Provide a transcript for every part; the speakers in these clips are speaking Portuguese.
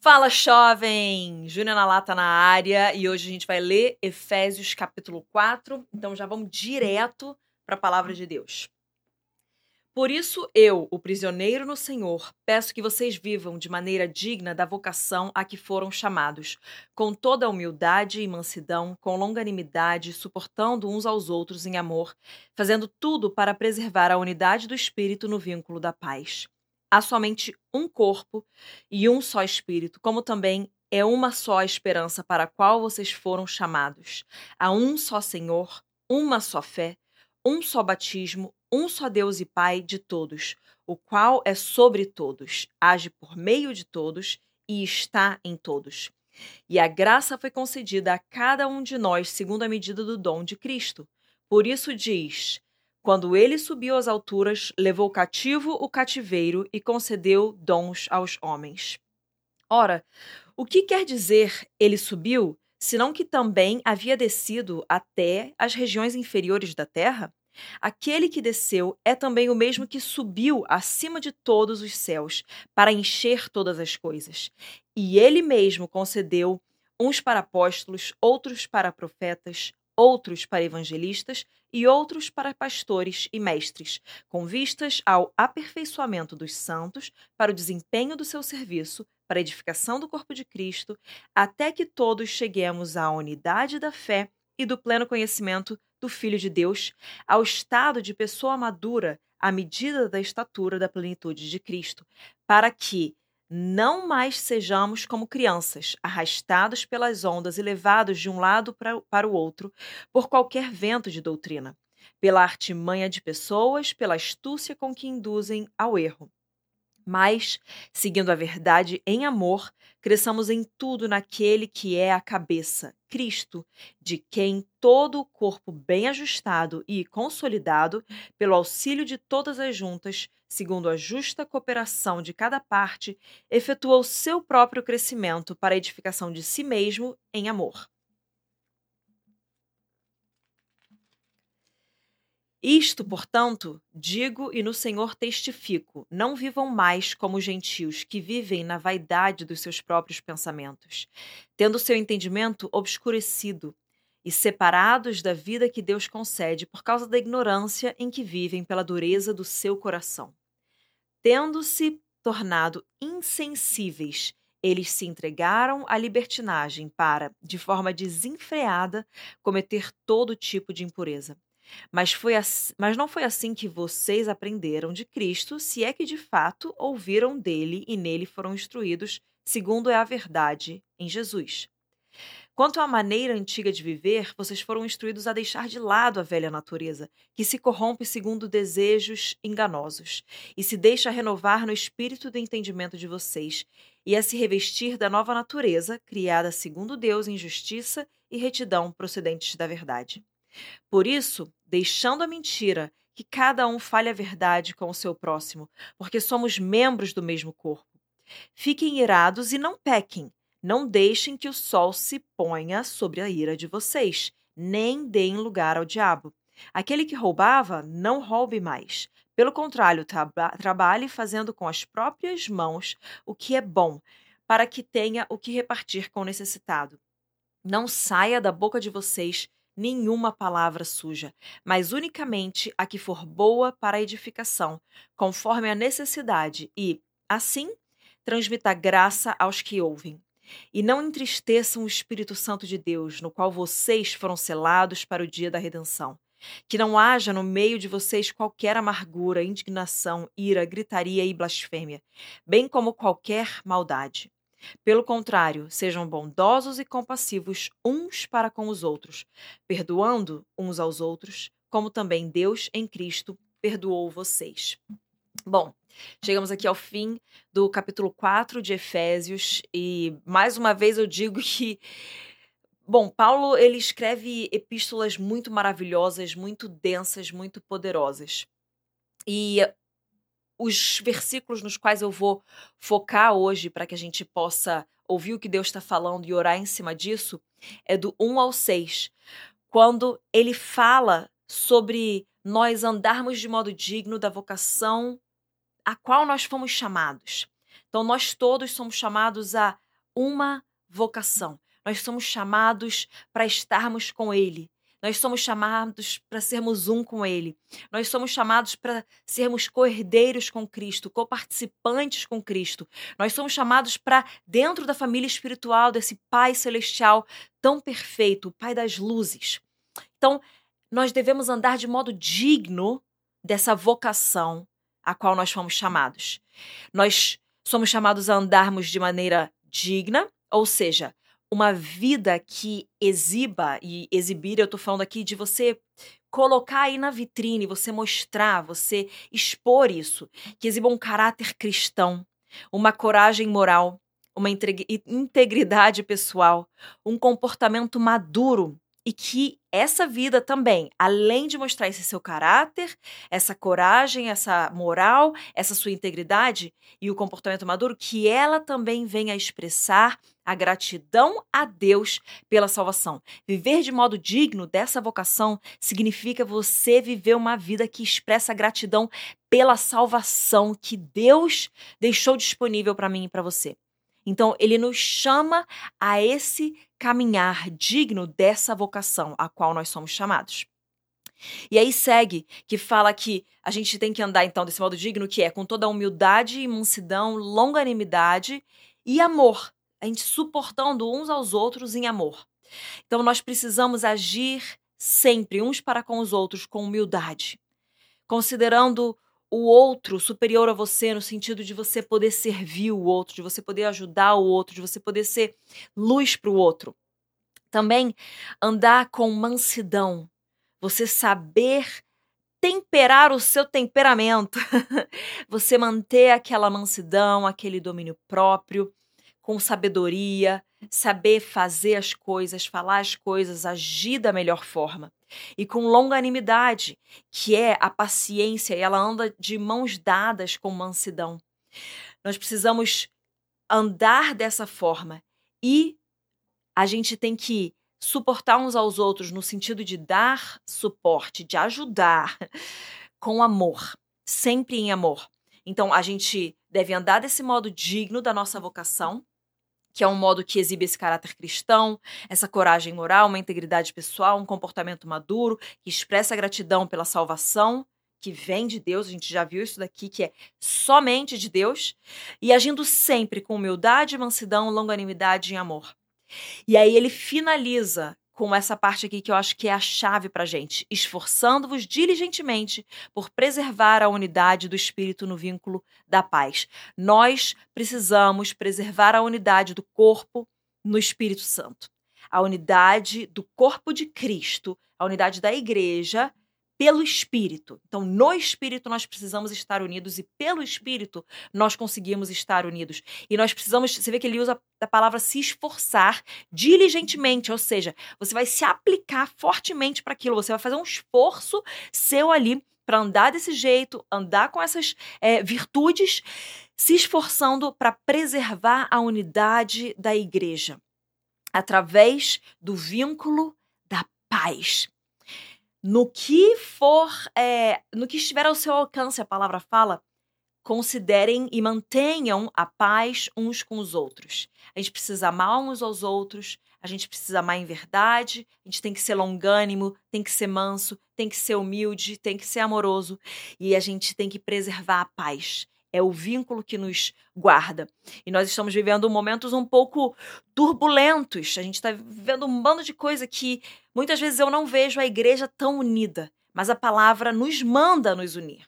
Fala, jovem! Júnior na Lata na área e hoje a gente vai ler Efésios capítulo 4, então já vamos direto para a palavra de Deus. Por isso eu, o prisioneiro no Senhor, peço que vocês vivam de maneira digna da vocação a que foram chamados, com toda a humildade e mansidão, com longanimidade, suportando uns aos outros em amor, fazendo tudo para preservar a unidade do Espírito no vínculo da paz. Há somente um corpo e um só Espírito, como também é uma só a esperança para a qual vocês foram chamados. Há um só Senhor, uma só fé, um só batismo, um só Deus e Pai de todos, o qual é sobre todos, age por meio de todos e está em todos. E a graça foi concedida a cada um de nós segundo a medida do dom de Cristo. Por isso diz: quando ele subiu às alturas, levou cativo o cativeiro e concedeu dons aos homens. Ora, o que quer dizer ele subiu, senão que também havia descido até as regiões inferiores da terra? Aquele que desceu é também o mesmo que subiu acima de todos os céus, para encher todas as coisas. E ele mesmo concedeu uns para apóstolos, outros para profetas, outros para evangelistas e outros para pastores e mestres, com vistas ao aperfeiçoamento dos santos, para o desempenho do seu serviço, para a edificação do corpo de Cristo, até que todos cheguemos à unidade da fé e do pleno conhecimento do Filho de Deus, ao estado de pessoa madura, à medida da estatura da plenitude de Cristo, para que não mais sejamos como crianças, arrastados pelas ondas e levados de um lado para o outro por qualquer vento de doutrina, pela artimanha de pessoas, pela astúcia com que induzem ao erro. Mas, seguindo a verdade em amor, cresçamos em tudo naquele que é a cabeça, Cristo, de quem todo o corpo bem ajustado e consolidado, pelo auxílio de todas as juntas, segundo a justa cooperação de cada parte, efetua o seu próprio crescimento para a edificação de si mesmo em amor. Isto, portanto, digo e no Senhor testifico: não vivam mais como os gentios, que vivem na vaidade dos seus próprios pensamentos, tendo seu entendimento obscurecido e separados da vida que Deus concede por causa da ignorância em que vivem pela dureza do seu coração. Tendo-se tornado insensíveis, eles se entregaram à libertinagem para, de forma desenfreada, cometer todo tipo de impureza. Mas não foi assim que vocês aprenderam de Cristo, se é que de fato ouviram dele e nele foram instruídos, segundo é a verdade, em Jesus. Quanto à maneira antiga de viver, vocês foram instruídos a deixar de lado a velha natureza, que se corrompe segundo desejos enganosos, e se deixa renovar no espírito do entendimento de vocês, e a se revestir da nova natureza, criada segundo Deus em justiça e retidão procedentes da verdade. Por isso, deixando a mentira, que cada um fale a verdade com o seu próximo, porque somos membros do mesmo corpo. Fiquem irados e não pequem. Não deixem que o sol se ponha sobre a ira de vocês, nem deem lugar ao diabo. Aquele que roubava, não roube mais. Pelo contrário, trabalhe fazendo com as próprias mãos o que é bom, para que tenha o que repartir com o necessitado. Não saia da boca de vocês nenhuma palavra suja, mas unicamente a que for boa para a edificação, conforme a necessidade, e, assim, transmita graça aos que ouvem. E não entristeçam o Espírito Santo de Deus, no qual vocês foram selados para o dia da redenção. Que não haja no meio de vocês qualquer amargura, indignação, ira, gritaria e blasfêmia, bem como qualquer maldade. Pelo contrário, sejam bondosos e compassivos uns para com os outros, perdoando uns aos outros, como também Deus em Cristo perdoou vocês. Bom, chegamos aqui ao fim do capítulo 4 de Efésios e mais uma vez eu digo que, bom, Paulo ele escreve epístolas muito maravilhosas, muito densas, muito poderosas. E os versículos nos quais eu vou focar hoje para que a gente possa ouvir o que Deus está falando e orar em cima disso é do 1 ao 6, quando ele fala sobre nós andarmos de modo digno da vocação a qual nós fomos chamados. Então, nós todos somos chamados a uma vocação. Nós somos chamados para estarmos com Ele. Nós somos chamados para sermos um com Ele. Nós somos chamados para sermos co-herdeiros com Cristo, coparticipantes com Cristo. Nós somos chamados para, dentro da família espiritual desse Pai Celestial tão perfeito, o Pai das luzes. Então, nós devemos andar de modo digno dessa vocação a qual nós fomos chamados. Nós somos chamados a andarmos de maneira digna, ou seja, uma vida que exiba, e exibir, eu estou falando aqui de você colocar aí na vitrine, você mostrar, você expor isso, que exiba um caráter cristão, uma coragem moral, uma integridade pessoal, um comportamento maduro, e que essa vida também, além de mostrar esse seu caráter, essa coragem, essa moral, essa sua integridade e o comportamento maduro, que ela também venha a expressar a gratidão a Deus pela salvação. Viver de modo digno dessa vocação significa você viver uma vida que expressa gratidão pela salvação que Deus deixou disponível para mim e para você. Então, ele nos chama a esse caminhar digno dessa vocação a qual nós somos chamados. E aí segue que fala que a gente tem que andar, então, desse modo digno, que é com toda a humildade e mansidão, longanimidade e amor. A gente suportando uns aos outros em amor. Então, nós precisamos agir sempre uns para com os outros com humildade, considerando o outro superior a você, no sentido de você poder servir o outro, de você poder ajudar o outro, de você poder ser luz para o outro. Também andar com mansidão, você saber temperar o seu temperamento, você manter aquela mansidão, aquele domínio próprio, com sabedoria, saber fazer as coisas, falar as coisas, agir da melhor forma. E com longanimidade, que é a paciência, e ela anda de mãos dadas com mansidão. Nós precisamos andar dessa forma e a gente tem que suportar uns aos outros no sentido de dar suporte, de ajudar com amor, sempre em amor. Então, a gente deve andar desse modo digno da nossa vocação, que é um modo que exibe esse caráter cristão, essa coragem moral, uma integridade pessoal, um comportamento maduro, que expressa gratidão pela salvação, que vem de Deus, a gente já viu isso daqui, que é somente de Deus, e agindo sempre com humildade, mansidão, longanimidade e amor. E aí ele finaliza com essa parte aqui que eu acho que é a chave para a gente. Esforçando-vos diligentemente por preservar a unidade do Espírito no vínculo da paz. Nós precisamos preservar a unidade do corpo no Espírito Santo. A unidade do corpo de Cristo, a unidade da igreja pelo Espírito. Então, no Espírito nós precisamos estar unidos e pelo Espírito nós conseguimos estar unidos. E nós precisamos, você vê que ele usa a palavra se esforçar diligentemente, ou seja, você vai se aplicar fortemente para aquilo, você vai fazer um esforço seu ali para andar desse jeito, andar com essas virtudes, se esforçando para preservar a unidade da igreja, através do vínculo da paz. No que estiver ao seu alcance, a palavra fala, considerem e mantenham a paz uns com os outros. A gente precisa amar uns aos outros, a gente precisa amar em verdade, a gente tem que ser longânimo, tem que ser manso, tem que ser humilde, tem que ser amoroso e a gente tem que preservar a paz. É o vínculo que nos guarda. E nós estamos vivendo momentos um pouco turbulentos. A gente está vivendo um bando de coisa que muitas vezes eu não vejo a igreja tão unida. Mas a palavra nos manda nos unir.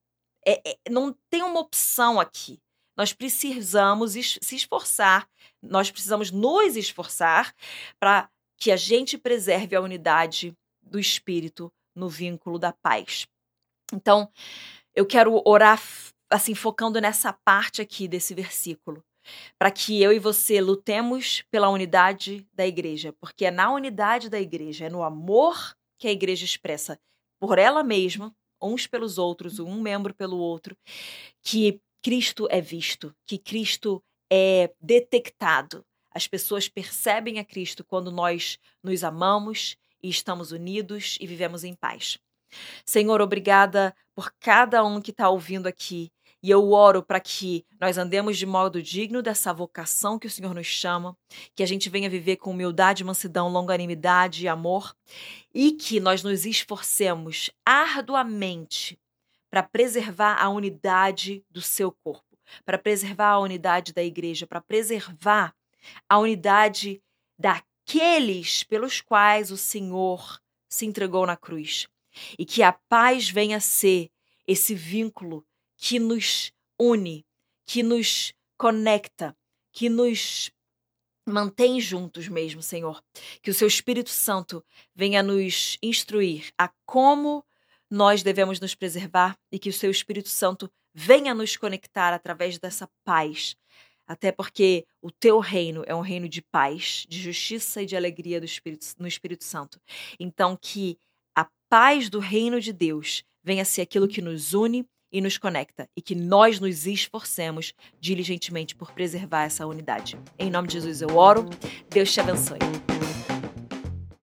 Não tem uma opção aqui. Nós precisamos se esforçar, nós precisamos nos esforçar para que a gente preserve a unidade do Espírito no vínculo da paz. Então, eu quero orar assim, focando nessa parte aqui desse versículo, para que eu e você lutemos pela unidade da igreja, porque é na unidade da igreja, é no amor que a igreja expressa por ela mesma, uns pelos outros, um membro pelo outro, que Cristo é visto, que Cristo é detectado. As pessoas percebem a Cristo quando nós nos amamos e estamos unidos e vivemos em paz. Senhor, obrigada por cada um que está ouvindo aqui. E eu oro para que nós andemos de modo digno dessa vocação que o Senhor nos chama, que a gente venha viver com humildade, mansidão, longanimidade e amor, e que nós nos esforcemos arduamente para preservar a unidade do seu corpo, para preservar a unidade da igreja, para preservar a unidade daqueles pelos quais o Senhor se entregou na cruz. E que a paz venha a ser esse vínculo que nos une, que nos conecta, que nos mantém juntos mesmo, Senhor. Que o seu Espírito Santo venha nos instruir a como nós devemos nos preservar e que o seu Espírito Santo venha nos conectar através dessa paz. Até porque o teu reino é um reino de paz, de justiça e de alegria no Espírito Santo. Então, que a paz do reino de Deus venha a ser aquilo que nos une e nos conecta, e que nós nos esforcemos diligentemente por preservar essa unidade. Em nome de Jesus eu oro. Deus te abençoe.